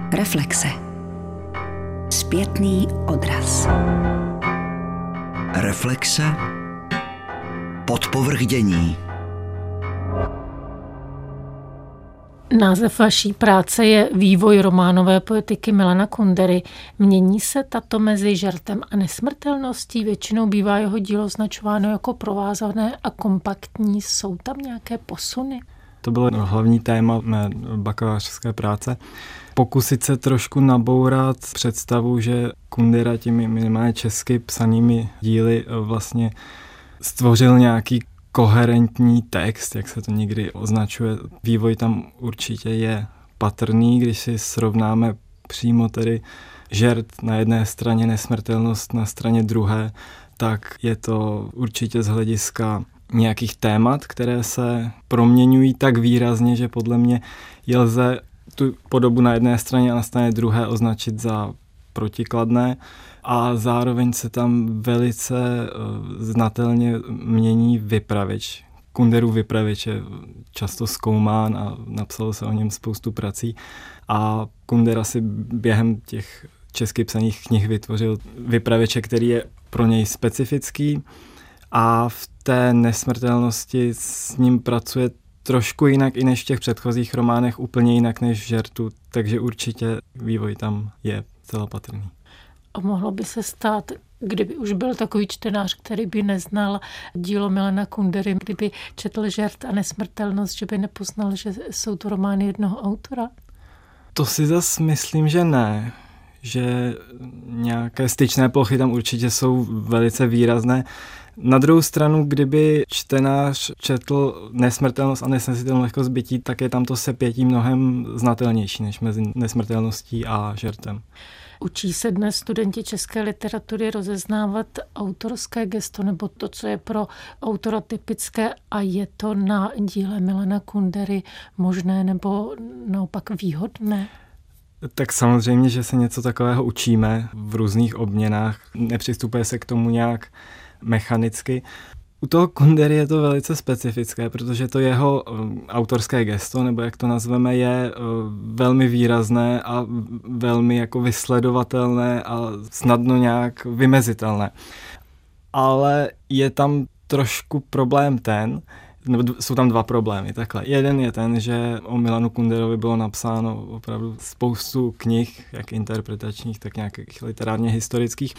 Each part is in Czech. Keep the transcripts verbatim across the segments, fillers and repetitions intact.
Reflexe. Zpětný odraz. Reflexe. Podpovrchdění. Název vaší práce je Vývoj románové poetiky Milana Kundery. Mění se tato mezi žertem a nesmrtelností? Většinou bývá jeho dílo označováno jako provázané a kompaktní. Jsou tam nějaké posuny? To bylo hlavní téma mé bakalářské práce. Pokusit se trošku nabourat představu, že Kundera těmi minimálně česky psanými díly vlastně stvořil nějaký koherentní text, jak se to někdy označuje. Vývoj tam určitě je patrný, když si srovnáme přímo tedy žert na jedné straně, nesmrtelnost na straně druhé, tak je to určitě z hlediska nějakých témat, které se proměňují tak výrazně, že podle mě je lze tu podobu na jedné straně a na straně druhé označit za protikladné a zároveň se tam velice znatelně mění vypravěč. Kunderův vypravěč je často zkoumán a napsalo se o něm spoustu prací a Kundera si během těch česky psaných knih vytvořil vypravěče, který je pro něj specifický a v té nesmrtelnosti s ním pracuje trošku jinak i než v těch předchozích románech, úplně jinak než v žertu, takže určitě vývoj tam je celopatrný. A mohlo by se stát, kdyby už byl takový čtenář, který by neznal dílo Milana Kundery, kdyby četl žert a nesmrtelnost, že by nepoznal, že jsou to romány jednoho autora? To si zas myslím, že ne. Že nějaké styčné plochy tam určitě jsou velice výrazné. Na druhou stranu, kdyby čtenář četl Nesmrtelnost a nesnesitelnou lehkost bytí, tak je tam to sepětí mnohem znatelnější než mezi nesmrtelností a žertem. Učí se dnes studenti české literatury rozeznávat autorské gesto nebo to, co je pro autora typické a je to na díle Milana Kundery možné nebo naopak výhodné? Tak samozřejmě, že se něco takového učíme v různých obměnách. Nepřistupuje se k tomu nějak mechanicky. U toho Kundery je to velice specifické, protože to jeho autorské gesto, nebo jak to nazveme, je velmi výrazné a velmi jako vysledovatelné a snadno nějak vymezitelné. Ale je tam trošku problém ten, nebo jsou tam dva problémy, takhle. Jeden je ten, že o Milanu Kunderovi bylo napsáno opravdu spoustu knih, jak interpretačních, tak nějakých literárně historických.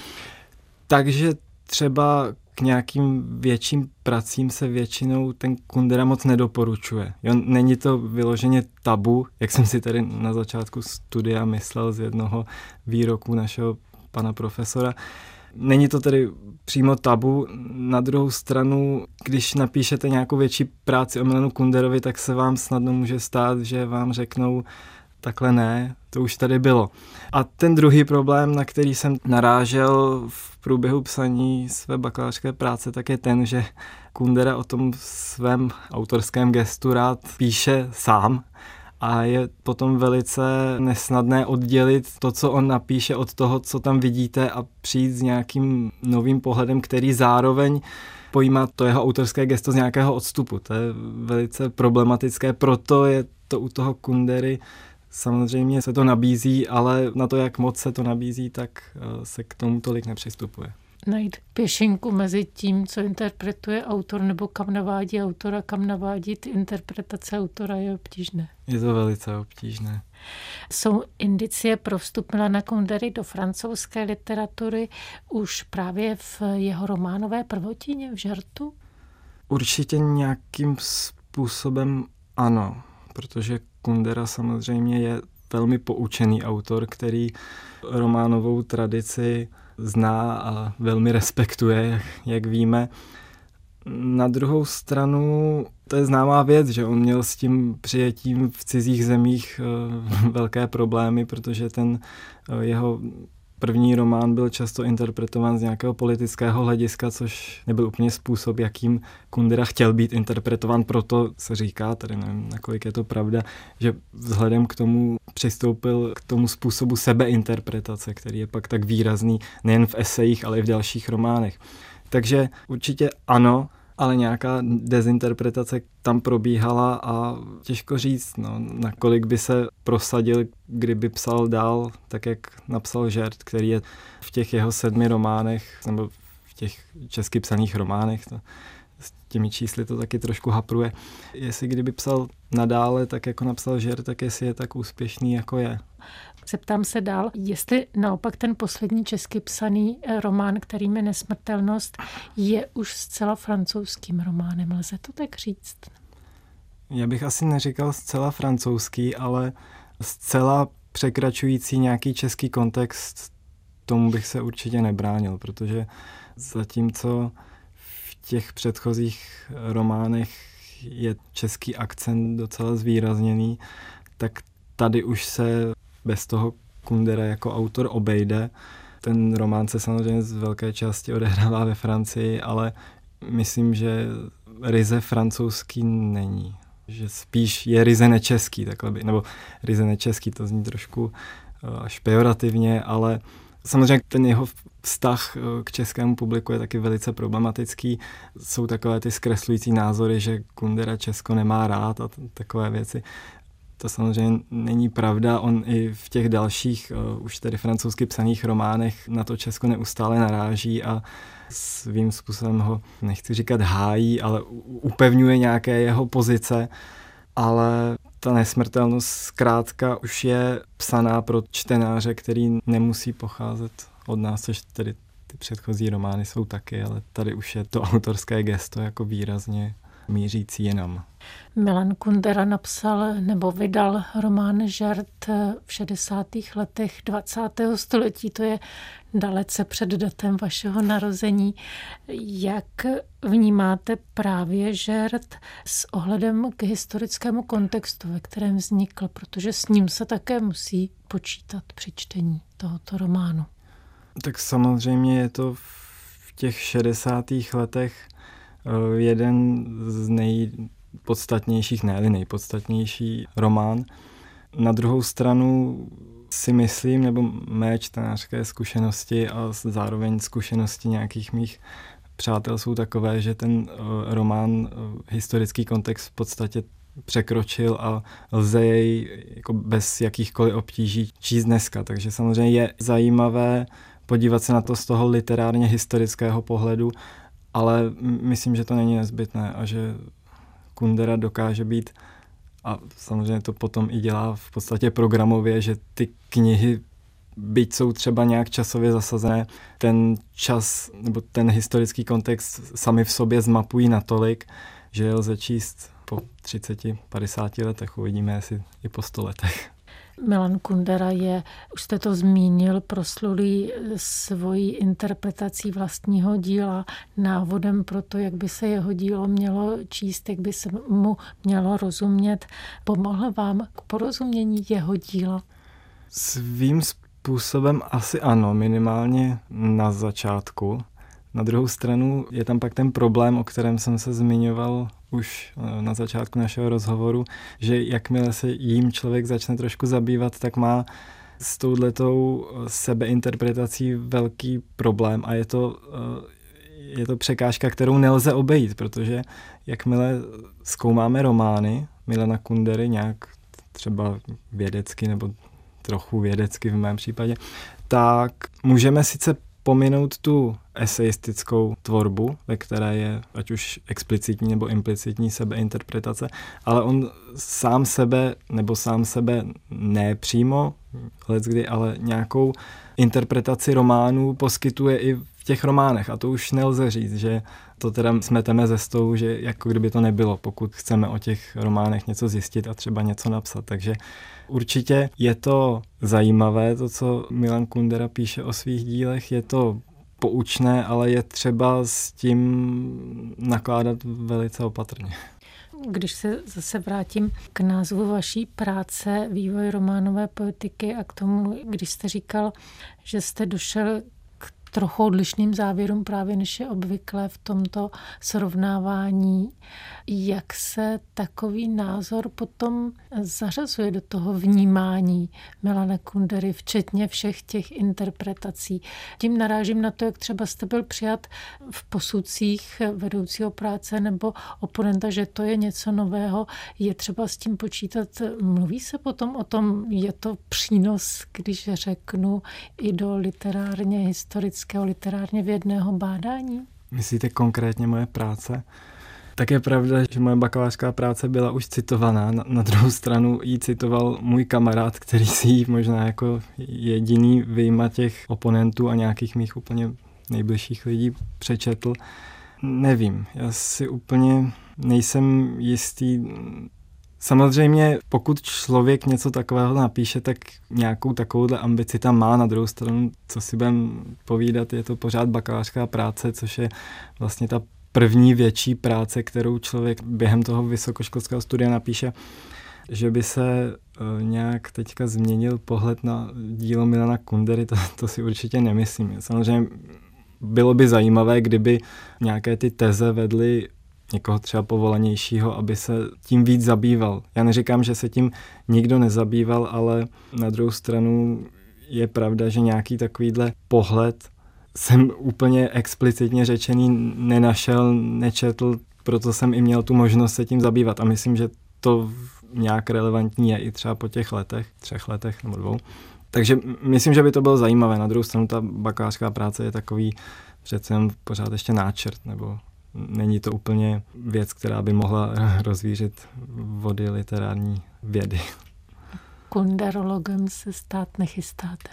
Takže třeba k nějakým větším pracím se většinou ten Kundera moc nedoporučuje. Jo, není to vyloženě tabu, jak jsem si tady na začátku studia myslel z jednoho výroku našeho pana profesora. Není to tedy přímo tabu. Na druhou stranu, když napíšete nějakou větší práci o Milanu Kunderovi, tak se vám snadno může stát, že vám řeknou takhle ne, to už tady bylo. A ten druhý problém, na který jsem narážel v průběhu psaní své bakalářské práce, tak je ten, že Kundera o tom svém autorském gestu rád píše sám a je potom velice nesnadné oddělit to, co on napíše, od toho, co tam vidíte a přijít s nějakým novým pohledem, který zároveň pojímá to jeho autorské gesto z nějakého odstupu. To je velice problematické, proto je to u toho Kundery samozřejmě se to nabízí, ale na to, jak moc se to nabízí, tak se k tomu tolik nepřistupuje. Najít pěšinku mezi tím, co interpretuje autor, nebo kam navádí autora, kam navádí ty interpretace autora, je obtížné. Je to velice obtížné. Jsou indicie pro vstup Milana Kundery do francouzské literatury už právě v jeho románové prvotině, v žertu? Určitě nějakým způsobem ano, protože Kundera samozřejmě je velmi poučený autor, který románovou tradici zná a velmi respektuje, jak, jak víme. Na druhou stranu to je známá věc, že on měl s tím přijetím v cizích zemích velké problémy, protože ten jeho první román byl často interpretován z nějakého politického hlediska, což nebyl úplně způsob, jakým Kundera chtěl být interpretován. Proto se říká, tady nevím, nakolik je to pravda, že vzhledem k tomu přistoupil k tomu způsobu sebeinterpretace, který je pak tak výrazný nejen v esejích, ale i v dalších románech. Takže určitě ano, ale nějaká dezinterpretace tam probíhala a těžko říct, no, nakolik by se prosadil, kdyby psal dál, tak jak napsal Žert, který je v těch jeho sedmi románech, nebo v těch česky psaných románech, to, s těmi čísly to taky trošku hapruje. Jestli kdyby psal nadále, tak jako napsal Žert, tak jestli je tak úspěšný, jako je. Zeptám se dál, jestli naopak ten poslední česky psaný román, kterým je Nesmrtelnost, je už zcela francouzským románem. Lze to tak říct? Já bych asi neříkal zcela francouzský, ale zcela překračující nějaký český kontext, tomu bych se určitě nebránil, protože zatímco v těch předchozích románech je český akcent docela zvýrazněný, tak tady už se bez toho Kundera jako autor obejde. Ten román se samozřejmě z velké části odehrává ve Francii, ale myslím, že ryze francouzský není. Že spíš je ryze nečeský, takhle by, nebo ryze nečeský, to zní trošku až pejorativně, ale samozřejmě ten jeho vztah k českému publiku je taky velice problematický. Jsou takové ty zkreslující názory, že Kundera Česko nemá rád a t- takové věci. To samozřejmě není pravda, on i v těch dalších, uh, už tedy francouzsky psaných románech na to Česko neustále naráží a svým způsobem ho, nechci říkat hájí, ale upevňuje nějaké jeho pozice, ale ta Nesmrtelnost zkrátka už je psaná pro čtenáře, který nemusí pocházet od nás, což tedy ty předchozí romány jsou taky, ale tady už je to autorské gesto jako výrazně mířící jinam. Milan Kundera napsal nebo vydal román Žert v šedesátých letech dvacátého století. To je dalece před datem vašeho narození. Jak vnímáte právě Žert s ohledem k historickému kontextu, ve kterém vznikl, protože s ním se také musí počítat při čtení tohoto románu? Tak samozřejmě je to v těch šedesátých letech jeden z nejpodstatnějších, ne nejpodstatnější román. Na druhou stranu si myslím, nebo mé čtenářské zkušenosti a zároveň zkušenosti nějakých mých přátel jsou takové, že ten román historický kontext v podstatě překročil a lze jej jako bez jakýchkoliv obtíží číst dneska. Takže samozřejmě je zajímavé podívat se na to z toho literárně historického pohledu, ale myslím, že to není nezbytné a že Kundera dokáže být, a samozřejmě to potom i dělá v podstatě programově, že ty knihy, byť jsou třeba nějak časově zasazené, ten čas nebo ten historický kontext sami v sobě zmapují natolik, že je lze číst po třiceti, padesáti letech, uvidíme, jestli i po sto letech. Milan Kundera je, už jste to zmínil, proslulý svojí interpretací vlastního díla, návodem pro to, jak by se jeho dílo mělo číst, jak by se mu mělo rozumět. Pomohl vám k porozumění jeho díla? Svým způsobem asi ano, minimálně na začátku. Na druhou stranu je tam pak ten problém, o kterém jsem se zmiňoval už na začátku našeho rozhovoru, že jakmile se jím člověk začne trošku zabývat, tak má s touhletou sebeinterpretací velký problém a je to, je to překážka, kterou nelze obejít, protože jakmile zkoumáme romány Milana Kundery nějak třeba vědecky nebo trochu vědecky v mém případě, tak můžeme sice pominout tu eseistickou tvorbu, ve které je ať už explicitní nebo implicitní sebeinterpretace, ale on sám sebe, nebo sám sebe ne přímo, leckdy, ale nějakou interpretaci románů poskytuje i v těch románech a to už nelze říct, že to teda smeteme ze stolu, že jako kdyby to nebylo, pokud chceme o těch románech něco zjistit a třeba něco napsat. Takže určitě je to zajímavé, to, co Milan Kundera píše o svých dílech, je to poučné, ale je třeba s tím nakládat velice opatrně. Když se zase vrátím k názvu vaší práce Vývoj románové poetiky a k tomu, když jste říkal, že jste došel k trochu odlišným závěrům právě než je obvyklé v tomto srovnávání. Jak se takový názor potom zařazuje do toho vnímání Milana Kundery, včetně všech těch interpretací? Tím narážím na to, jak třeba jste byl přijat v posudcích vedoucího práce nebo oponenta, že to je něco nového. Je třeba s tím počítat? Mluví se potom o tom, je to přínos, když řeknu, i do literárně historického, literárně vědného bádání? Myslíte konkrétně moje práce? Tak je pravda, že moje bakalářská práce byla už citovaná. Na, na druhou stranu ji citoval můj kamarád, který si ji možná jako jediný vyjma těch oponentů a nějakých mých úplně nejbližších lidí přečetl. Nevím, já si úplně nejsem jistý. Samozřejmě, pokud člověk něco takového napíše, tak nějakou takovouhle ambici tam má. Na druhou stranu, co si budem povídat, je to pořád bakalářská práce, což je vlastně ta první větší práce, kterou člověk během toho vysokoškolského studia napíše. Že by se uh, nějak teďka změnil pohled na dílo Milana Kundery, to, to si určitě nemyslím. Samozřejmě bylo by zajímavé, kdyby nějaké ty teze vedly někoho třeba povolanějšího, aby se tím víc zabýval. Já neříkám, že se tím nikdo nezabýval, ale na druhou stranu je pravda, že nějaký takovýhle pohled jsem úplně explicitně řečený nenašel, nečetl, proto jsem i měl tu možnost se tím zabývat a myslím, že to nějak relevantní je i třeba po těch letech, třech letech nebo dvou. Takže myslím, že by to bylo zajímavé. Na druhou stranu ta bakalářská práce je takový přece jen pořád ještě náčrt, nebo není to úplně věc, která by mohla rozvířit vody literární vědy. Kunderologem se stát nechystáte?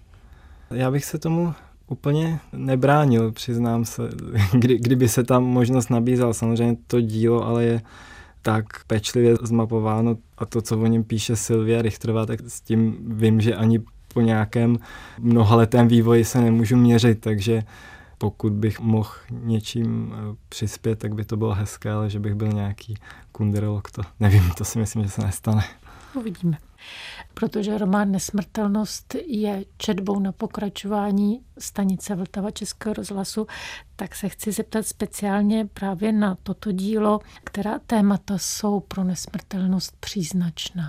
Já bych se tomu úplně nebránil, přiznám se, kdy, kdyby se tam možnost nabízela. Samozřejmě to dílo ale je tak pečlivě zmapováno a to, co o něm píše Sylvia Richterová, tak s tím vím, že ani po nějakém mnohaletém vývoji se nemůžu měřit, takže pokud bych mohl něčím přispět, tak by to bylo hezké, ale že bych byl nějaký kunderolog, to nevím, to si myslím, že se nestane. Uvidíme. Protože román Nesmrtelnost je četbou na pokračování stanice Vltava Českého rozhlasu, tak se chci zeptat speciálně právě na toto dílo, která témata jsou pro nesmrtelnost příznačná.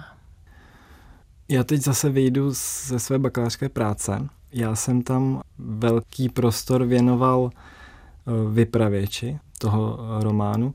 Já teď zase vyjdu ze své bakalářské práce. Já jsem tam velký prostor věnoval vypravěči toho románu,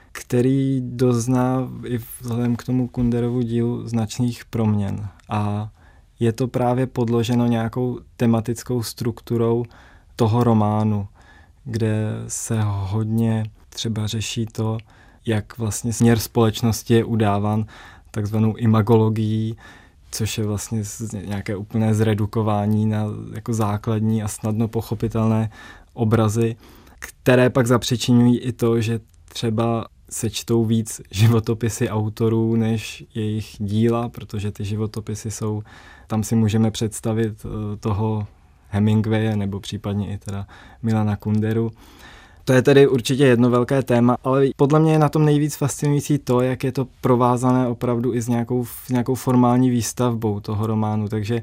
který dozná i vzhledem k tomu Kunderovu dílu značných proměn. A je to právě podloženo nějakou tematickou strukturou toho románu, kde se hodně třeba řeší to, jak vlastně směr společnosti je udáván takzvanou imagologií, což je vlastně nějaké úplné zredukování na jako základní a snadno pochopitelné obrazy, které pak zapřičiňují i to, že třeba se čtou víc životopisy autorů než jejich díla, protože ty životopisy jsou, tam si můžeme představit toho Hemingwaye nebo případně i teda Milana Kunderu. To je tedy určitě jedno velké téma, ale podle mě je na tom nejvíc fascinující to, jak je to provázané opravdu i s nějakou, s nějakou formální výstavbou toho románu, takže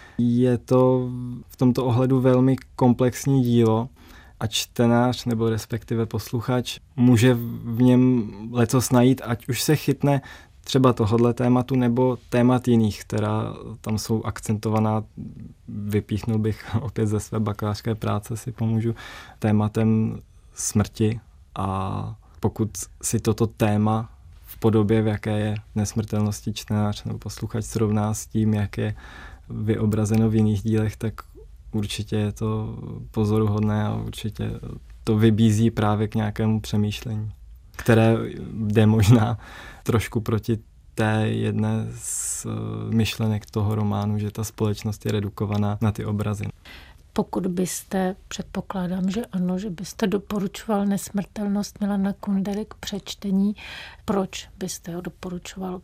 je to v tomto ohledu velmi komplexní dílo a čtenář nebo respektive posluchač může v něm lecos najít, ať už se chytne třeba tohodle tématu nebo témat jiných, která tam jsou akcentovaná. Vypíchnul bych opět ze své bakalářské práce, si pomůžu tématem smrti a pokud si toto téma v podobě, v jaké je Nesmrtelnosti čtenář nebo posluchač srovná s tím, jak je vyobrazeno v jiných dílech, tak určitě je to pozoruhodné a určitě to vybízí právě k nějakému přemýšlení, které jde možná trošku proti té jedné z myšlenek toho románu, že ta společnost je redukovaná na ty obrazy. Pokud byste, předpokládám, že ano, že byste doporučoval Nesmrtelnost Milana Kundery k přečtení, proč byste ho doporučoval?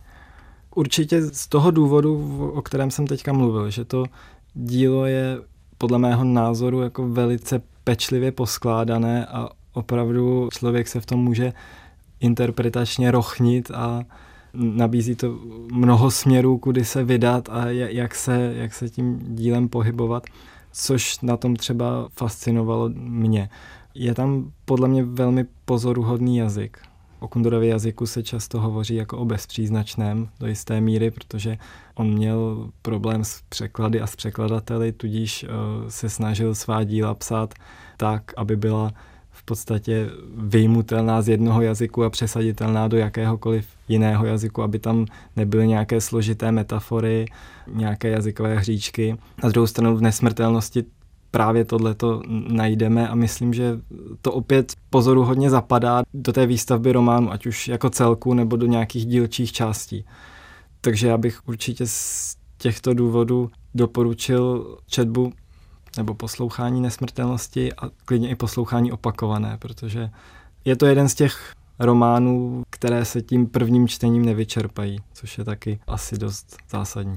Určitě z toho důvodu, o kterém jsem teďka mluvil, že to dílo je podle mého názoru jako velice pečlivě poskládané a opravdu člověk se v tom může interpretačně rochnit a nabízí to mnoho směrů, kudy se vydat a jak se, jak se tím dílem pohybovat. což na tom třeba fascinovalo mě. Je tam podle mě velmi pozoruhodný jazyk. O Kunderově jazyku se často hovoří jako o bezpříznačném do jisté míry, protože on měl problém s překlady a s překladateli, tudíž uh, se snažil svá díla psát tak, aby byla v podstatě vyjmutelná z jednoho jazyku a přesaditelná do jakéhokoliv jiného jazyku, aby tam nebyly nějaké složité metafory, nějaké jazykové hříčky. Na druhou stranu v Nesmrtelnosti právě tohleto najdeme a myslím, že to opět pozoruhodně zapadá do té výstavby románu, ať už jako celku nebo do nějakých dílčích částí. Takže já bych určitě z těchto důvodů doporučil četbu nebo poslouchání Nesmrtelnosti a klidně i poslouchání opakované, protože je to jeden z těch románů, které se tím prvním čtením nevyčerpají, což je taky asi dost zásadní.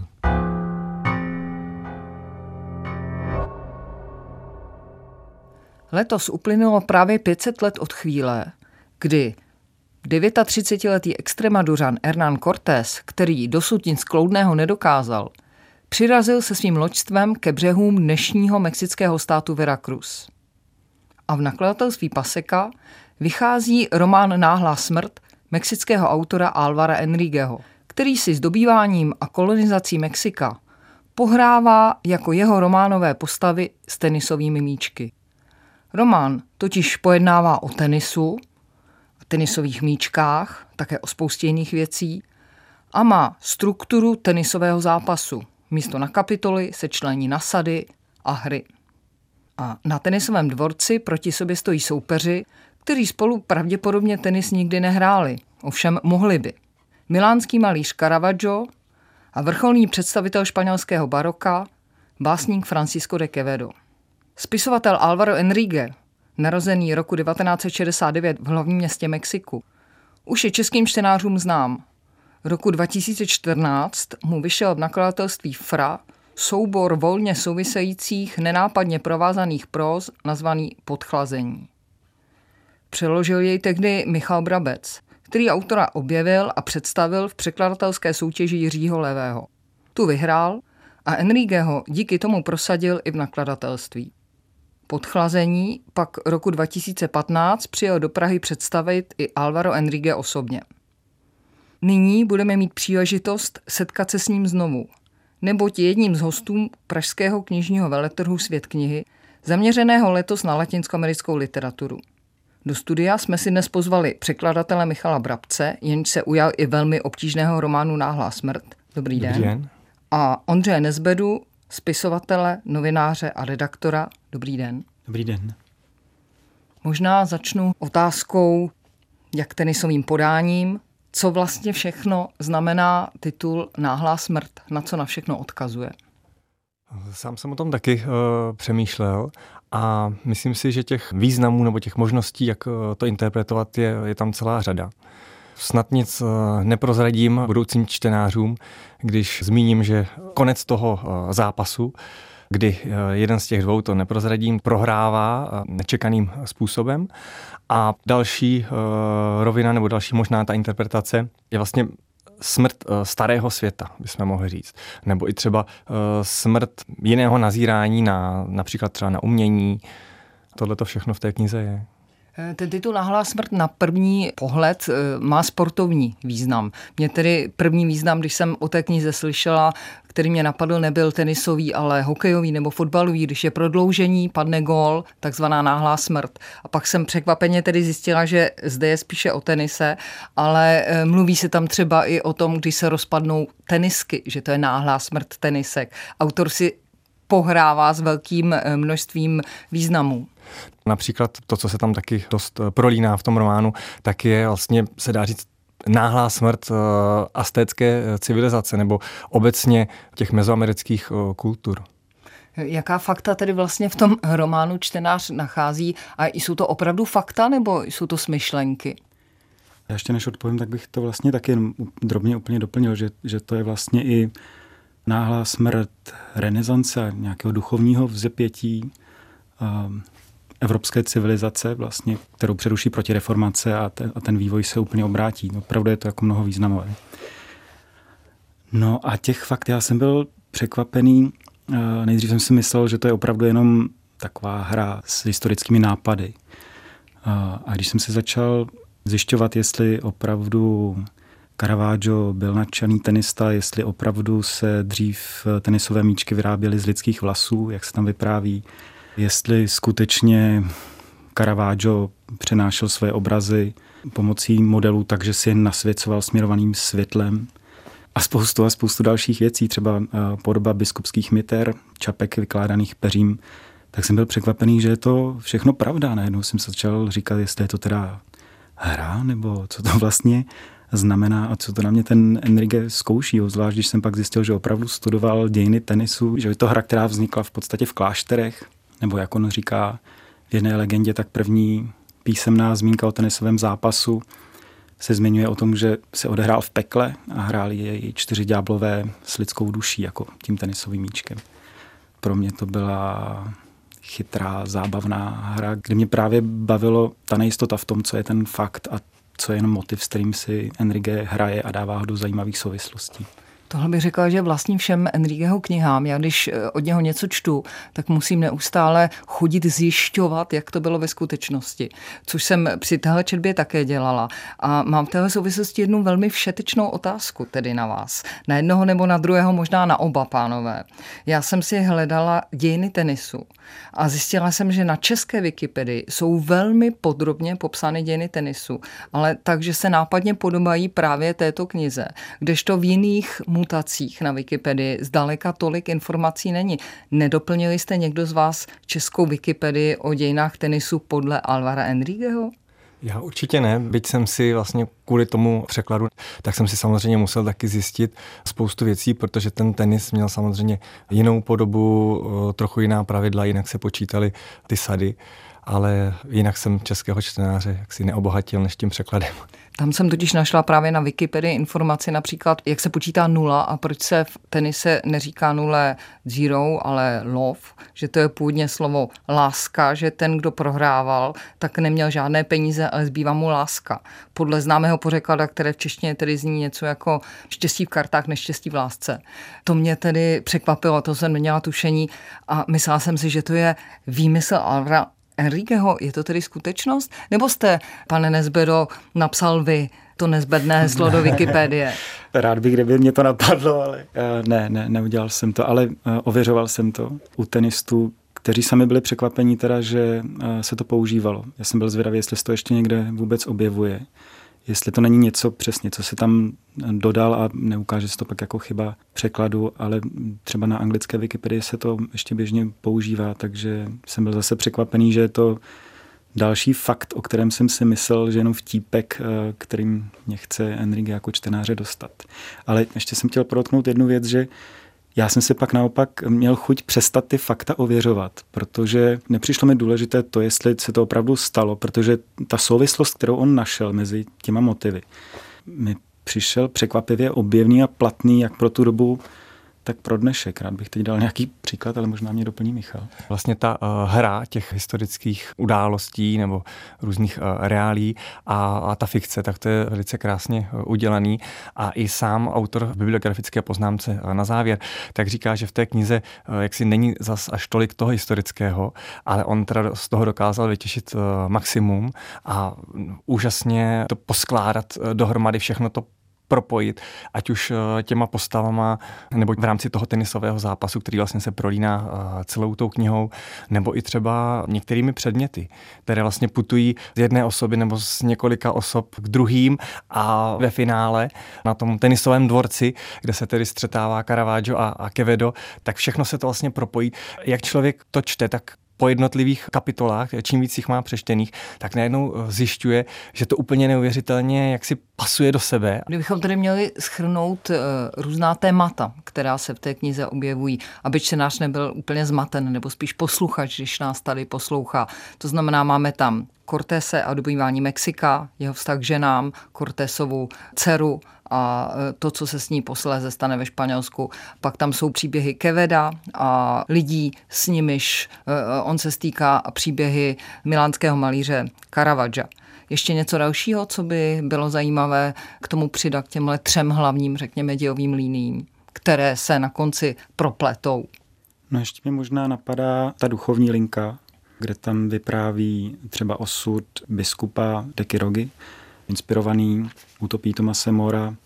Letos uplynulo právě pět set let od chvíle, kdy třicetidevětiletý extremaduřan Hernán Cortés, který dosud nic kloudného nedokázal, přirazil se svým loďstvem ke břehům dnešního mexického státu Veracruz. A v nakladatelství Paseka vychází román Náhlá smrt mexického autora Álvara Enríqueho, který si s dobýváním a kolonizací Mexika pohrává jako jeho románové postavy s tenisovými míčky. Román totiž pojednává o tenisu, tenisových míčkách, také o spoustě jiných věcí a má strukturu tenisového zápasu. Místo na kapitoly se člení na sady a hry. A na tenisovém dvorci proti sobě stojí soupeři, kteří spolu pravděpodobně tenis nikdy nehráli, ovšem mohli by. Milánský malíř Caravaggio a vrcholný představitel španělského baroka, básník Francisco de Quevedo. Spisovatel Álvaro Enríque, narozený roku devatenáct set šedesát devět v hlavním městě Mexiku, už je českým čtenářům znám. Roku dva tisíce čtrnáct mu vyšel v nakladatelství Fra soubor volně souvisejících, nenápadně provázaných próz nazvaný Podchlazení. Přeložil jej tehdy Michal Brabec, který autora objevil a představil v překladatelské soutěži Jiřího Levého. Tu vyhrál a Enríqueho díky tomu prosadil i v nakladatelství. Podchlazení pak roku dva tisíce patnáct přijel do Prahy představit i Álvaro Enríque osobně. Nyní budeme mít příležitost setkat se s ním znovu, neboť je jedním z hostů pražského knižního veletrhu Svět knihy, zaměřeného letos na latinskoamerickou literaturu. Do studia jsme si dnes pozvali překladatele Michala Brabce, jenž se ujal i velmi obtížného románu Náhlá smrt. Dobrý den. Dobrý den. A Ondřeje Nezbedu, spisovatele, novináře a redaktora. Dobrý den. Dobrý den. Možná začnu otázkou, jak tenisovým podáním, co vlastně všechno znamená titul Náhlá smrt, na co na všechno odkazuje. Sám jsem o tom taky uh, přemýšlel a myslím si, že těch významů nebo těch možností, jak uh, to interpretovat, je, je tam celá řada. Snad nic uh, neprozradím budoucím čtenářům, když zmíním, že konec toho uh, zápasu, kdy uh, jeden z těch dvou, to neprozradím, prohrává uh, nečekaným způsobem a další uh, rovina nebo další možná ta interpretace je vlastně smrt uh, starého světa, bychom mohli říct. Nebo i třeba uh, smrt jiného nazírání na například třeba na umění. Tohle to všechno v té knize je. Ten titul Náhlá smrt na první pohled má sportovní význam. Mě tedy první význam, když jsem o té knize slyšela, který mě napadl, nebyl tenisový, ale hokejový nebo fotbalový. Když je prodloužení, padne gól, takzvaná náhlá smrt. A pak jsem překvapeně tedy zjistila, že zde je spíše o tenise, ale mluví se tam třeba i o tom, když se rozpadnou tenisky, že to je náhlá smrt tenisek. Autor si pohrává s velkým množstvím významů. Například to, co se tam taky dost prolíná v tom románu, tak je vlastně, se dá říct, náhlá smrt aztécké civilizace nebo obecně těch mezoamerických kultur. Jaká fakta tedy vlastně v tom románu čtenář nachází? A jsou to opravdu fakta nebo jsou to smyšlenky? Já ještě než odpovím, tak bych to vlastně taky jen drobně úplně doplnil, že, že to je vlastně i náhlá smrt renesance, nějakého duchovního vzepětí um, evropské civilizace, vlastně, kterou přeruší protireformace a ten, a ten vývoj se úplně obrátí. Opravdu je to jako mnoho významové. No a těch fakt, já jsem byl překvapený, nejdřív jsem si myslel, že to je opravdu jenom taková hra s historickými nápady. A když jsem se začal zjišťovat, jestli opravdu Caravaggio byl nadšený tenista, jestli opravdu se dřív tenisové míčky vyráběly z lidských vlasů, jak se tam vypráví, jestli skutečně Caravaggio přenášel své obrazy pomocí modelů, takže si je nasvěcoval směrovaným světlem a spoustu a spoustu dalších věcí, třeba podoba biskupských miter, čapek vykládaných peřím, tak jsem byl překvapený, že je to všechno pravda. Najednou jsem se začal říkat, jestli je to teda hra, nebo co to vlastně znamená a co to na mě ten Enrique zkouší. Zvlášť, když jsem pak zjistil, že opravdu studoval dějiny tenisu, že je to hra, která vznikla v podstatě v klášterech, nebo jak on říká v jedné legendě, tak první písemná zmínka o tenisovém zápasu se zmiňuje o tom, že se odehrál v pekle a hráli jej čtyři ďáblové s lidskou duší, jako tím tenisovým míčkem. Pro mě to byla chytrá, zábavná hra, kde mě právě bavilo ta nejistota v tom, co je ten fakt a co je jenom motiv, s kterým si Enrique hraje a dává ho do zajímavých souvislostí. Tohle bych řekla, že vlastním všem Enriqueho knihám. Já když od něho něco čtu, tak musím neustále chodit zjišťovat, jak to bylo ve skutečnosti. Což jsem při téhle četbě také dělala. A mám v téhle souvislosti jednu velmi všetečnou otázku tedy na vás. Na jednoho nebo na druhého, možná na oba, pánové. Já jsem si hledala dějiny tenisu a zjistila jsem, že na české Wikipedii jsou velmi podrobně popsány dějiny tenisu, ale takže se nápadně podobají právě této knize, kdežto v jiných mutacích na Wikipedii zdaleka tolik informací není. Nedoplnili jste někdo z vás českou Wikipedii o dějinách tenisu podle Alvara Enriqueho? Já určitě ne, byť jsem si vlastně kvůli tomu překladu, tak jsem si samozřejmě musel taky zjistit spoustu věcí, protože ten tenis měl samozřejmě jinou podobu, trochu jiná pravidla, jinak se počítaly ty sady, ale jinak jsem českého čtenáře jaksi neobohatil než tím překladem. Tam jsem totiž našla právě na Wikipedii informaci například, jak se počítá nula a proč se v tenise neříká nule zero, ale love, že to je původně slovo láska, že ten, kdo prohrával, tak neměl žádné peníze, ale zbývá mu láska. Podle známého pořeklada, které v češtině tedy zní něco jako štěstí v kartách, neštěstí v lásce. To mě tedy překvapilo, to jsem neměla tušení a myslela jsem si, že to je výmysl Alvara Enriqueho. Je to tedy skutečnost? Nebo jste, pane Nezbedo, napsal vy to nezbedné heslo do Wikipedie? Rád bych, kdyby mě to napadlo, ale ne, ne, neudělal jsem to, ale ověřoval jsem to u tenistů, kteří sami byli překvapení teda, že se to používalo. Já jsem byl zvědavý, jestli se to ještě někde vůbec objevuje. Jestli to není něco přesně, co si tam dodal a neukáže se to pak jako chyba překladu, ale třeba na anglické Wikipedii se to ještě běžně používá, takže jsem byl zase překvapený, že je to další fakt, o kterém jsem si myslel, že jenom vtípek, kterým mě chce Enrique jako čtenáře dostat. Ale ještě jsem chtěl podotknout jednu věc, že já jsem si pak naopak měl chuť přestat ty fakta ověřovat, protože nepřišlo mi důležité to, jestli se to opravdu stalo, protože ta souvislost, kterou on našel mezi těma motivy, mi přišel překvapivě objevný a platný jak pro tu dobu, tak pro dnešek. Rád bych teď dal nějaký příklad, ale možná mě doplní Michal. Vlastně ta uh, hra těch historických událostí nebo různých uh, reálí a, a ta fikce, tak to je velice krásně uh, udělaný. A i sám autor v bibliografické poznámce uh, na závěr, tak říká, že v té knize uh, jaksi není zas až tolik toho historického, ale on teda z toho dokázal vytěžit uh, maximum a úžasně to poskládat uh, dohromady všechno to propojit, ať už těma postavama, nebo v rámci toho tenisového zápasu, který vlastně se prolíná celou tou knihou, nebo i třeba některými předměty, které vlastně putují z jedné osoby nebo z několika osob k druhým a ve finále na tom tenisovém dvorci, kde se tedy střetává Caravaggio a, a Quevedo, tak všechno se to vlastně propojí. Jak člověk to čte, tak po jednotlivých kapitolách, čím víc jich má přečtených, tak najednou zjišťuje, že to úplně neuvěřitelně jak si pasuje do sebe. Kdybychom tady měli shrnout uh, různá témata, která se v té knize objevují, aby čtenář nebyl úplně zmaten, nebo spíš posluchač, když nás tady poslouchá. To znamená, máme tam Cortése a dobývání Mexika, jeho vztah k ženám, Cortésovu dceru a to, co se s ní posléze stane ve Španělsku. Pak tam jsou příběhy Queveda a lidí, s nimiž on se stýká, a příběhy milánského malíře Caravaggia. Ještě něco dalšího, co by bylo zajímavé k tomu přidat k těmhle třem hlavním, řekněme, dějovým liniím, které se na konci propletou? No ještě mě možná napadá ta duchovní linka, kde tam vypráví třeba osud biskupa Dekirogy, inspirovaný utopií Thomase Morea,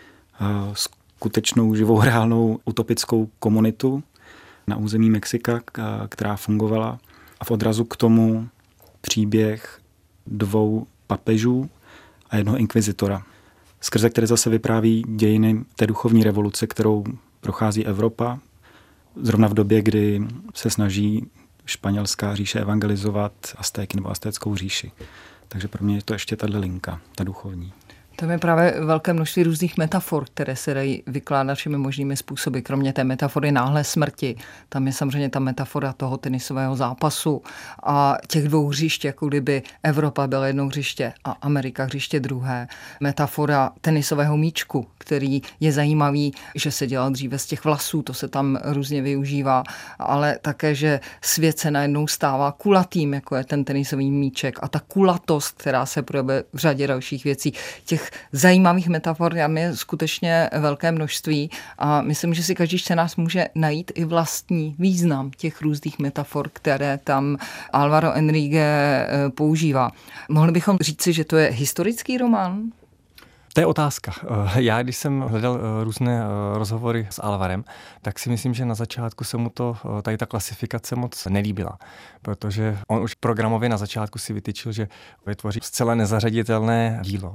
skutečnou živou reálnou utopickou komunitu na území Mexika, která fungovala. A v odrazu k tomu příběh dvou papežů a jednoho inkvizitora, skrze které zase vypráví dějiny té duchovní revoluce, kterou prochází Evropa, zrovna v době, kdy se snaží španělská říše evangelizovat Aztéky nebo Aztéckou říši. Takže pro mě je to ještě tato linka, ta duchovní. Tam je právě velké množství různých metafor, které se dají vykládat všemi možnými způsoby. Kromě té metafory náhlé smrti, tam je samozřejmě ta metafora toho tenisového zápasu a těch dvou hřišť, jako kdyby Evropa byla jedno hřiště a Amerika hřiště druhé. Metafora tenisového míčku, který je zajímavý, že se dělal dříve z těch vlasů, to se tam různě využívá, ale také, že svět se najednou stává kulatým, jako je ten tenisový míček a ta kulatost, která se projevuje v řadě dalších věcí. Těch zajímavých metafor tam je skutečně velké množství a myslím, že si každý čtenář může najít i vlastní význam těch různých metafor, které tam Álvaro Enrique používá. Mohli bychom říci, že to je historický román? To je otázka. Já, když jsem hledal různé rozhovory s Álvarem, tak si myslím, že na začátku se mu to, tady ta klasifikace moc nelíbila, protože on už programově na začátku si vytyčil, že vytvoří zcela nezařaditelné dílo.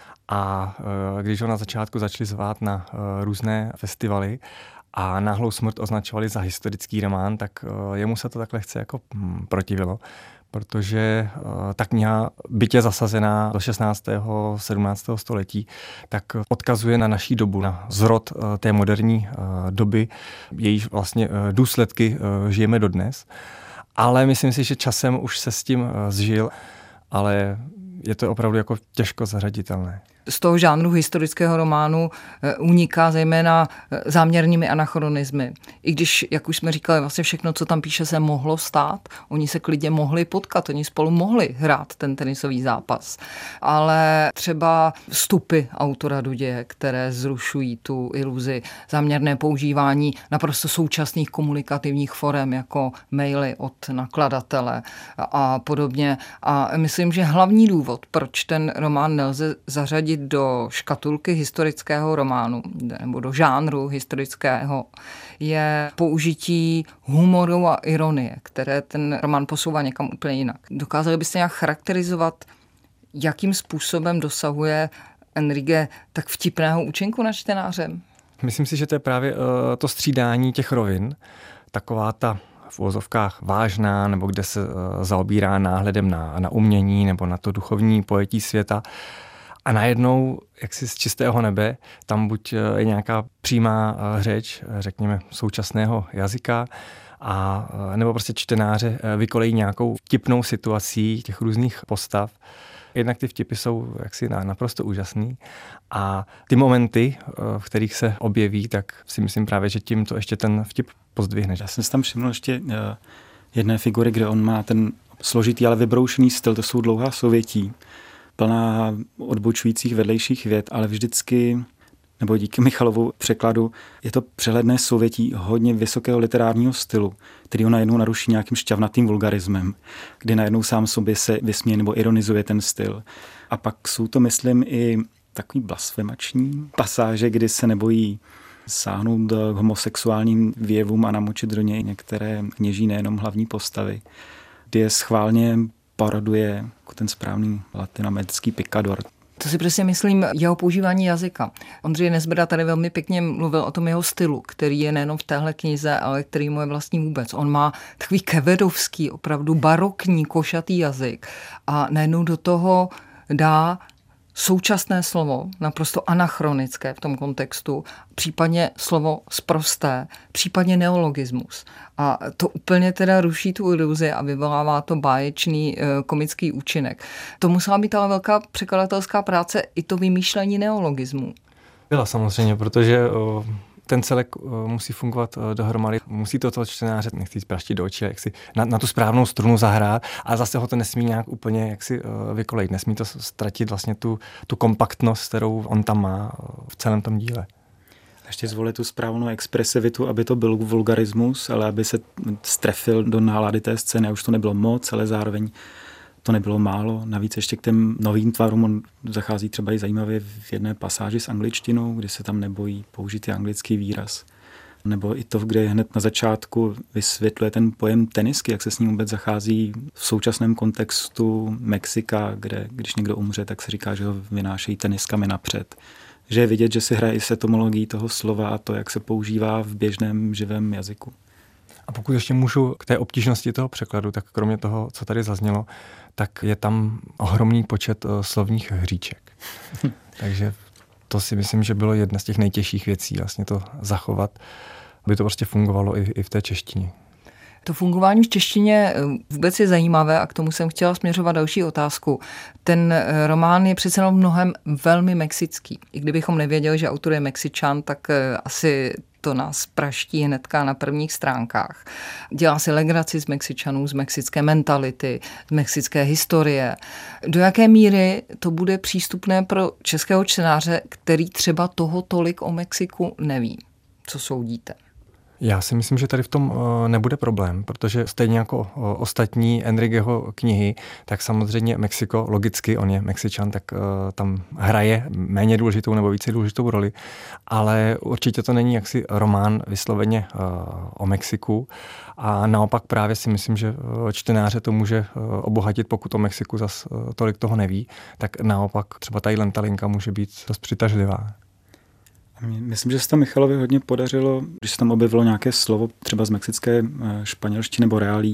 A když ho na začátku začali zvát na různé festivaly a Náhlou smrt označovali za historický román, tak jemu se to takhle chce jako protivilo, protože ta kniha, byť je zasazená do šestnáctého sedmnáctého století, tak odkazuje na naší dobu, na zrod té moderní doby, jejíž vlastně důsledky žijeme dodnes. Ale myslím si, že časem už se s tím zžil, ale je to opravdu jako těžko zařaditelné. Z toho žánru historického románu uniká zejména záměrnými anachronismy. I když, jak už jsme říkali, vlastně všechno, co tam píše, se mohlo stát. Oni se klidně mohli potkat, oni spolu mohli hrát ten tenisový zápas. Ale třeba vstupy autora do děje, které zrušují tu iluzi, záměrné používání naprosto současných komunikativních forem, jako maily od nakladatele a podobně. A myslím, že hlavní důvod, proč ten román nelze zařadit do škatulky historického románu nebo do žánru historického, je použití humoru a ironie, které ten román posouvá někam úplně jinak. Dokázali byste nějak charakterizovat, jakým způsobem dosahuje Enrique tak vtipného účinku na čtenáře? Myslím si, že to je právě uh, to střídání těch rovin, taková ta v uvozovkách vážná, nebo kde se uh, zaobírá náhledem na, na umění nebo na to duchovní pojetí světa. A najednou, jaksi z čistého nebe, tam buď je nějaká přímá řeč, řekněme, současného jazyka, a nebo prostě čtenáře vykolejí nějakou vtipnou situací těch různých postav. Jednak ty vtipy jsou jaksi naprosto úžasný a ty momenty, v kterých se objeví, tak si myslím právě, že tím to ještě ten vtip pozdvihne. Já jsem si tam všiml ještě jedné figury, kde on má ten složitý, ale vybroušený styl, to jsou dlouhá sovětí, plná odbočujících vedlejších vět, ale vždycky, nebo díky Michalovu překladu, je to přehledné souvětí hodně vysokého literárního stylu, který ho najednou naruší nějakým šťavnatým vulgarismem, kdy najednou sám sobě se vysměje nebo ironizuje ten styl. A pak jsou to, myslím, i takový blasfemační pasáže, kdy se nebojí sáhnout k homosexuálním věvům a namočit do něj některé kněží, nejenom hlavní postavy, kdy je schválně paroduje jako ten správný latinoamerický pikador. To si přesně myslím jeho používání jazyka. Ondřej Nezbrda tady velmi pěkně mluvil o tom jeho stylu, který je nejenom v téhle knize, ale který mu je vlastní vůbec. On má takový kevedovský, opravdu barokní, košatý jazyk a najednou do toho dá současné slovo, naprosto anachronické v tom kontextu, případně slovo sprosté, případně neologismus. A to úplně teda ruší tu iluzi a vyvolává to báječný e, komický účinek. To musela být ale velká překladatelská práce i to vymýšlení neologismů. Byla samozřejmě, protože o, ten celek o, musí fungovat o, dohromady. Musí to toho čtenáře, nechci jít praštit do očí, jak si na, na tu správnou strunu zahrát, a zase ho to nesmí nějak úplně jak si o, vykolejit. Nesmí to ztratit vlastně tu, tu kompaktnost, kterou on tam má o, v celém tom díle. ještě zvolit tu správnou expresivitu, aby to byl vulgarismus, ale aby se strefil do nálady té scény. A už to nebylo moc, ale zároveň to nebylo málo. Navíc ještě k těm novým tvarům on zachází třeba i zajímavě v jedné pasáži s angličtinou, kdy se tam nebojí použít i anglický výraz. Nebo i to, kde hned na začátku vysvětluje ten pojem tenisky, jak se s ním vůbec zachází v současném kontextu Mexika, kde když někdo umře, tak se říká, že ho vynášejí teniskami napřed. Že je vidět, že si hraje i s etymologií toho slova a to, jak se používá v běžném živém jazyku. A pokud ještě můžu k té obtížnosti toho překladu, tak kromě toho, co tady zaznělo, tak je tam ohromný počet uh, slovních hříček. Takže to si myslím, že bylo jedna z těch nejtěžších věcí, vlastně to zachovat, aby to prostě fungovalo i, i v té češtině. To fungování v češtině vůbec je zajímavé a k tomu jsem chtěla směřovat další otázku. Ten román je přece jenom mnohem velmi mexický. I kdybychom nevěděli, že autor je Mexičan, tak asi to nás praští hnedka na prvních stránkách. Dělá si legraci z Mexičanů, z mexické mentality, z mexické historie. Do jaké míry to bude přístupné pro českého čtenáře, který třeba toho tolik o Mexiku neví? Co soudíte? Já si myslím, že tady v tom nebude problém, protože stejně jako ostatní Enrigueho knihy, tak samozřejmě Mexiko, logicky, on je Mexičan, tak tam hraje méně důležitou nebo více důležitou roli, ale určitě to není jaksi román vysloveně o Mexiku a naopak právě si myslím, že čtenáře to může obohatit, pokud o Mexiku zas tolik toho neví, tak naopak třeba tadyhle ta linka může být dost přitažlivá. Myslím, že se tam Michalovi hodně podařilo, když se tam objevilo nějaké slovo třeba z mexické španělštiny nebo reálí,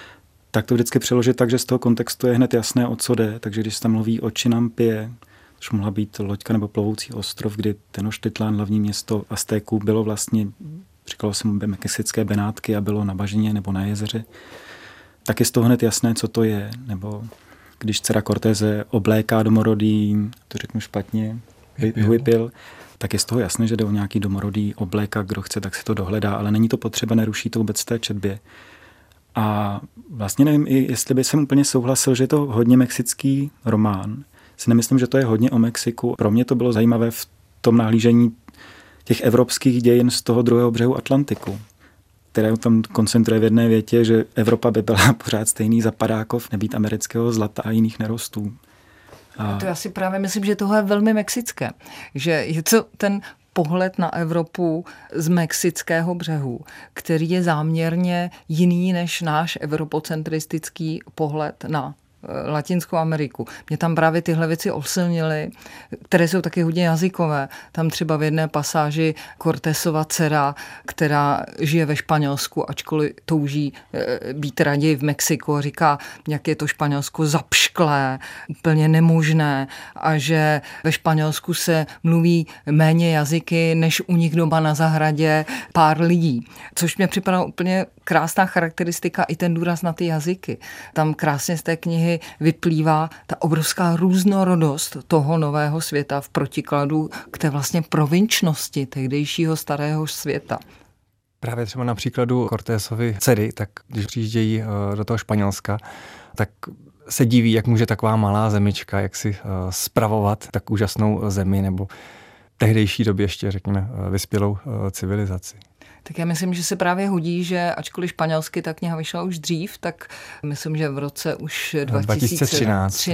tak to vždycky přeložit tak, že z toho kontextu je hned jasné, o co jde. Takže když se tam mluví o Chinampie, což mohla být loďka nebo plovoucí ostrov, kdy Tenochtitlán, hlavní město Aztéků, bylo vlastně, říkalo se mu mexické Benátky a bylo na bažině nebo na jezeře, tak je z toho hned jasné, co to je. Nebo když dcera Cortéze obléká domorodý, to řeknu špatně, Huipil, tak je z toho jasné, že jde o nějaký domorodý oblék a kdo chce, tak si to dohledá, ale není to potřeba, neruší to vůbec v té četbě. A vlastně nevím, jestli by jsem úplně souhlasil, že je to hodně mexický román. Si nemyslím, že to je hodně o Mexiku. Pro mě to bylo zajímavé v tom nahlížení těch evropských dějin z toho druhého břehu Atlantiku, které tam koncentruje v jedné větě, že Evropa by byla pořád stejný zapadákov, nebýt amerického zlata a jiných nerostů. A to já si právě myslím, že tohle je velmi mexické. Že je to ten pohled na Evropu z mexického břehu, který je záměrně jiný než náš evropocentristický pohled na Latinskou Ameriku. Mě tam právě tyhle věci osilnily, které jsou taky hodně jazykové. Tam třeba v jedné pasáži Cortésova dcera, která žije ve Španělsku, ačkoliv touží být raději v Mexiku, říká, jak je to Španělsko zapšklé, úplně nemožné a že ve Španělsku se mluví méně jazyky, než u nich doma na zahradě pár lidí. Což mě připadalo úplně krásná charakteristika i ten důraz na ty jazyky. Tam krásně z té knihy vyplývá ta obrovská různorodost toho nového světa v protikladu k té vlastně provinčnosti tehdejšího starého světa. Právě třeba na příkladu Cortésovy dcery, tak když přijíždějí do toho Španělska, tak se diví, jak může taková malá zemička, jak si spravovat tak úžasnou zemi nebo tehdejší době ještě, řekněme, vyspělou civilizaci. Tak já myslím, že se právě hodí, že ačkoliv španělsky ta kniha vyšla už dřív, tak myslím, že v roce už dva tisíce třináct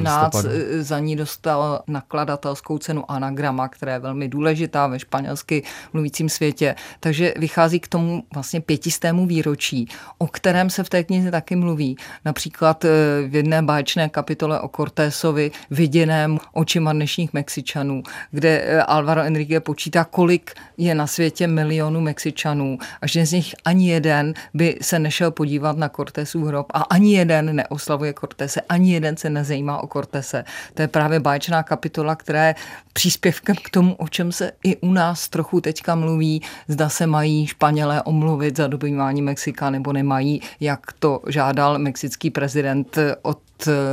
za ní dostal nakladatelskou cenu Anagrama, která je velmi důležitá ve španělsky mluvícím světě. Takže vychází k tomu vlastně pětistému výročí, o kterém se v té knize taky mluví. Například v jedné báječné kapitole o Cortésovi viděném očima dnešních Mexičanů, kde Álvaro Enrique počítá, kolik je na světě milionů Mexičanů a že z nich ani jeden by se nešel podívat na Cortésův hrob a ani jeden neoslavuje Cortése, ani jeden se nezajímá o Cortése. To je právě báječná kapitola, která je příspěvkem k tomu, o čem se i u nás trochu teďka mluví, zda se mají Španělé omluvit za dobývání Mexika nebo nemají, jak to žádal mexický prezident od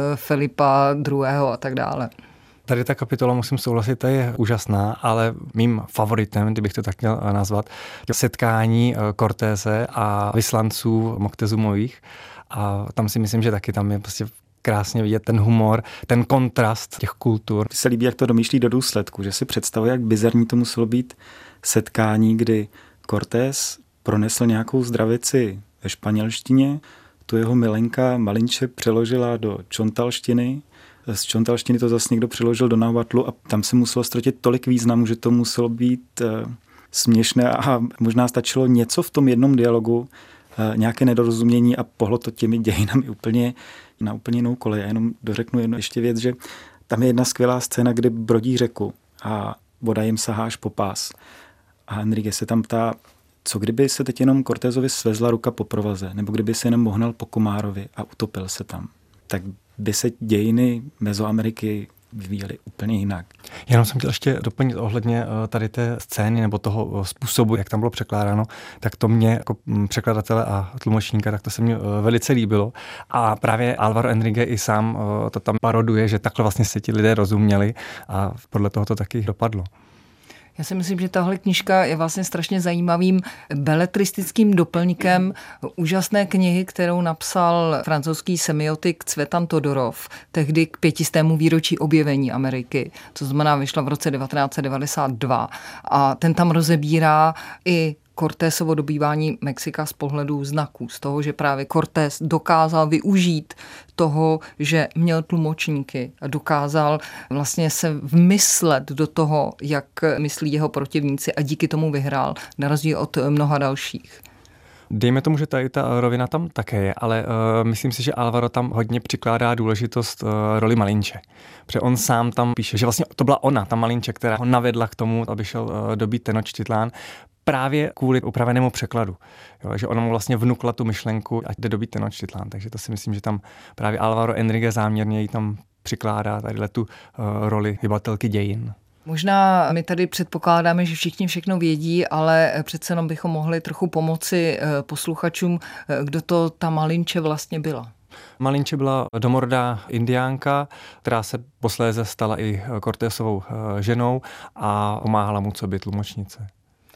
Filipa druhého. a tak dále. Tady ta kapitola, musím souhlasit, ta je úžasná, ale mým favoritem, kdybych to tak měl nazvat, je setkání Cortése a vyslanců Moctezumových. A tam si myslím, že taky tam je prostě krásně vidět ten humor, ten kontrast těch kultur. Mně se líbí, jak to domýšlí do důsledku, že si představuje, jak bizarní to muselo být setkání, kdy Cortés pronesl nějakou zdravici ve španělštině, tu jeho milenka Malinche přeložila do čontalštiny, z čontalštiny to zase někdo přeložil do nahuatlu a tam se muselo ztratit tolik významu, že to muselo být uh, směšné a možná stačilo něco v tom jednom dialogu, uh, nějaké nedorozumění a pohlo to těmi dějinami úplně na úplně jinou kolej. Já jenom dořeknu jednu ještě věc, že tam je jedna skvělá scéna, kdy brodí řeku a voda jim sahá až po pás. A Enrique se tam ptá, co kdyby se teď jenom Cortézovi svezla ruka po provaze, nebo kdyby se jenom mohnal po Komárovi a utopil se tam. Tak by se dějiny Mezoameriky vyvíjely úplně jinak. Jenom jsem chtěl ještě doplnit ohledně tady té scény nebo toho způsobu, jak tam bylo překládáno, tak to mě jako překladatele a tlumočníka, tak to se mně velice líbilo. A právě Álvaro Enrique i sám to tam paroduje, že takhle vlastně se ti lidé rozuměli a podle toho to taky dopadlo. Já si myslím, že tahle knížka je vlastně strašně zajímavým beletristickým doplňkem úžasné knihy, kterou napsal francouzský semiotik Cvetan Todorov, tehdy k pětistému výročí objevení Ameriky. To znamená, vyšla v roce devatenáct set devadesát dva. A ten tam rozebírá i Cortésovo dobývání Mexika z pohledu znaků, z toho, že právě Cortés dokázal využít toho, že měl tlumočníky a dokázal vlastně se vmyslet do toho, jak myslí jeho protivníci a díky tomu vyhrál, na rozdíl od mnoha dalších. Dejme tomu, že tady ta rovina tam také je, ale uh, myslím si, že Álvaro tam hodně přikládá důležitost uh, roli Malinche. Protože on sám tam píše, že vlastně to byla ona, ta Malinche, která ho navedla k tomu, aby šel uh, dobít Tenochtitlán, právě kvůli upravenému překladu. Jo, že ona mu vlastně vnukla tu myšlenku, ať jde dobít Tenochtitlán. Takže to si myslím, že tam právě Álvaro Enrique záměrně jí tam přikládá tadyhle tu uh, roli hybatelky dějin. Možná my tady předpokládáme, že všichni všechno vědí, ale přece jenom bychom mohli trochu pomoci posluchačům, kdo to ta Malinche vlastně byla. Malinche byla domorodá indiánka, která se posléze stala i Cortésovou ženou a pomáhala mu coby tlumočnice.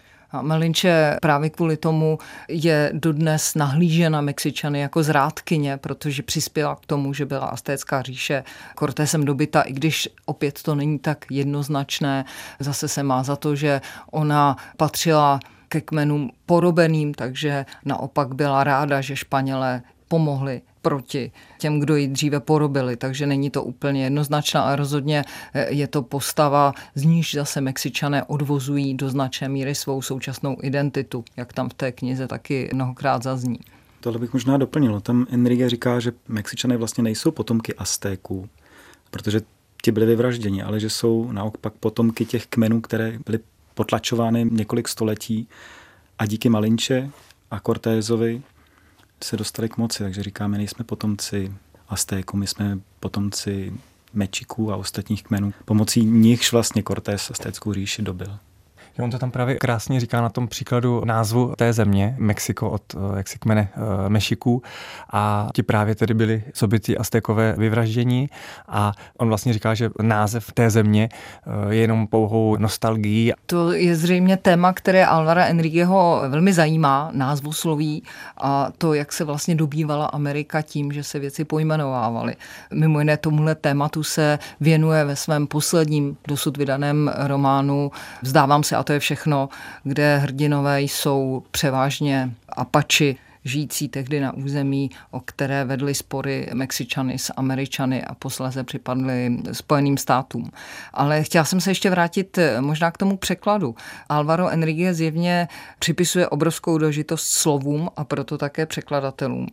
A Malinche právě kvůli tomu je dodnes nahlížena Mexičany jako zrádkyně, protože přispěla k tomu, že byla Aztécká říše Cortésem dobyta, i když opět to není tak jednoznačné. Zase se má za to, že ona patřila ke kmenům porobeným, takže naopak byla ráda, že Španělé pomohli proti těm, kdo ji dříve porobili, takže není to úplně jednoznačná a rozhodně je to postava, z níž zase Mexičané odvozují do značné míry svou současnou identitu, jak tam v té knize taky mnohokrát zazní. Tohle bych možná doplnil. Tam Enrique říká, že Mexičané vlastně nejsou potomky Aztéků, protože ti byli vyvražděni, ale že jsou naopak potomky těch kmenů, které byly potlačovány několik století a díky Malinche a Cortésovi se dostali k moci, takže říkáme, nejsme potomci Aztéků, my jsme potomci Mečiků a ostatních kmenů. Pomocí nichž vlastně Cortés Aztéckou říši dobil. On to tam právě krásně říká na tom příkladu názvu té země, Mexiko od jaksi kmene Mešiků a ti právě tedy byli sobití Aztékové vyvraždění a on vlastně říká, že název té země je jenom pouhou nostalgií. To je zřejmě téma, které Álvara Enriqueho velmi zajímá, názvosloví a to, jak se vlastně dobývala Amerika tím, že se věci pojmenovávaly. Mimo jiné tomuhle tématu se věnuje ve svém posledním dosud vydaném románu Vzdávám se a to je všechno, kde hrdinové jsou převážně Apači, žijící tehdy na území, o které vedly spory Mexičany s Američany a posléze připadly Spojeným státům. Ale chtěla jsem se ještě vrátit možná k tomu překladu. Álvaro Enrique zjevně připisuje obrovskou důležitost slovům a proto také překladatelům.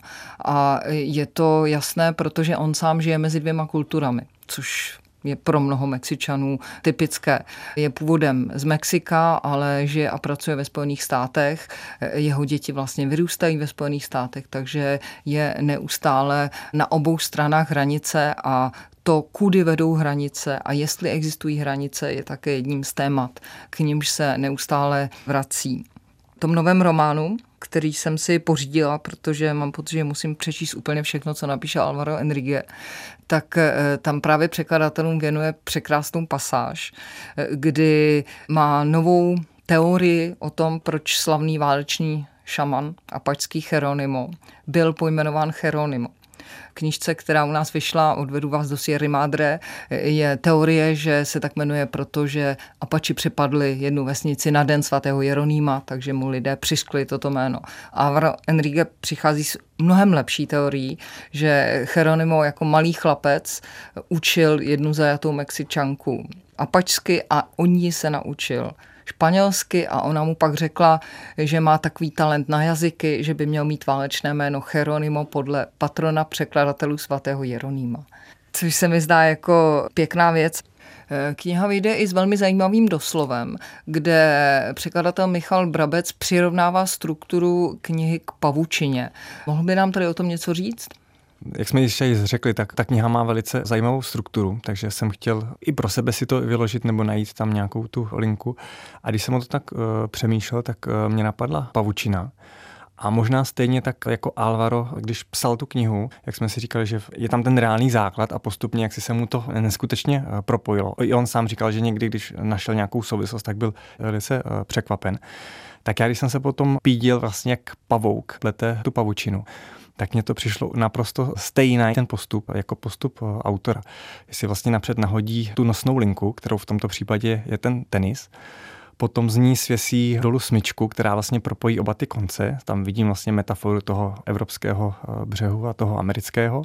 A je to jasné, protože on sám žije mezi dvěma kulturami, což je pro mnoho Mexičanů typické. Je původem z Mexika, ale žije a pracuje ve Spojených státech. Jeho děti vlastně vyrůstají ve Spojených státech, takže je neustále na obou stranách hranice a to, kudy vedou hranice a jestli existují hranice, je také jedním z témat, k nimž se neustále vrací. V tom novém románu, který jsem si pořídila, protože mám pocit, že musím přečíst úplně všechno, co napíše Álvaro Enrique, tak tam právě překladatelům věnuje překrásnou pasáž, kdy má novou teorii o tom, proč slavný válečný šaman apačský Jeronimo byl pojmenován Jeronimo. knížce, která u nás vyšla, Odvedu vás do Sierry Madre, je teorie, že se tak jmenuje, protože Apači přepadli jednu vesnici na den svatého Jeronýma, takže mu lidé přiškli toto jméno. Álvaro Enrique přichází s mnohem lepší teorií, že Jeronimo jako malý chlapec učil jednu zajatou Mexičanku apačsky a on ji se naučil španělsky a ona mu pak řekla, že má takový talent na jazyky, že by měl mít válečné jméno Jeronimo podle patrona překladatelů svatého Jeronýma. Což se mi zdá jako pěkná věc. Kniha vyjde i s velmi zajímavým doslovem, kde překladatel Michal Brabec přirovnává strukturu knihy k pavučině. Mohl by nám tady o tom něco říct? Jak jsme již řekli, tak ta kniha má velice zajímavou strukturu, takže jsem chtěl i pro sebe si to vyložit nebo najít tam nějakou tu linku. A když jsem o to tak uh, přemýšlel, tak uh, mě napadla pavučina. A možná stejně tak jako Álvaro, když psal tu knihu, jak jsme si říkali, že je tam ten reálný základ a postupně, jak si se mu to neskutečně propojilo. I on sám říkal, že někdy, když našel nějakou souvislost, tak byl velice překvapen. Tak já, když jsem se potom pídil vlastně jak pavouk plete tu pavučinu, tak mně to přišlo naprosto stejný ten postup, jako postup autora. Jestli vlastně napřed nahodí tu nosnou linku, kterou v tomto případě je ten tenis, potom z ní svěsí dolů smyčku, která vlastně propojí oba ty konce. Tam vidím vlastně metaforu toho evropského břehu a toho amerického.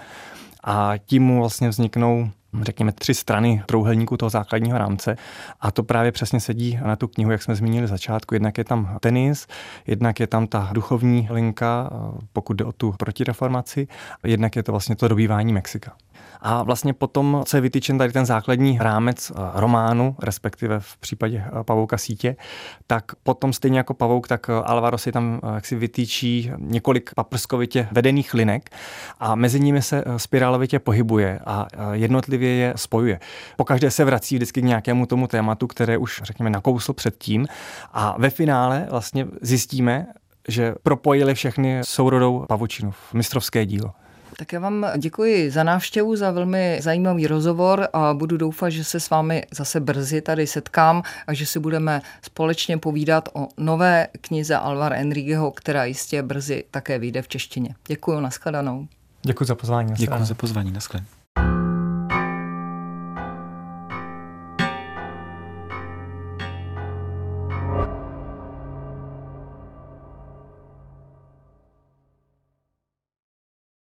A tím mu vlastně vzniknou, řekněme, tři strany trouhelníku toho základního rámce. A to právě přesně sedí na tu knihu, jak jsme zmínili začátku. Jednak je tam tenis, jednak je tam ta duchovní linka, pokud jde o tu protireformaci, jednak je to vlastně to dobývání Mexika. A vlastně potom, co je vytyčen tady ten základní rámec románu, respektive v případě Pavouka sítě, tak potom stejně jako Pavouk, tak Álvaro si tam jaksi vytýčí několik paprskovitě vedených linek a mezi nimi se spirálovitě pohybuje a jednotlivě je spojuje. Pokaždé se vrací vždycky k nějakému tomu tématu, které už, řekněme, nakousl předtím a ve finále vlastně zjistíme, že propojili všechny sourodou pavučinu, mistrovské dílo. Tak já vám děkuji za návštěvu, za velmi zajímavý rozhovor a budu doufat, že se s vámi zase brzy tady setkám a že si budeme společně povídat o nové knize Álvara Enriqueho, která jistě brzy také vyjde v češtině. Děkuji, nashledanou. Děkuji za pozvání. Děkuji za pozvání, nashledanou.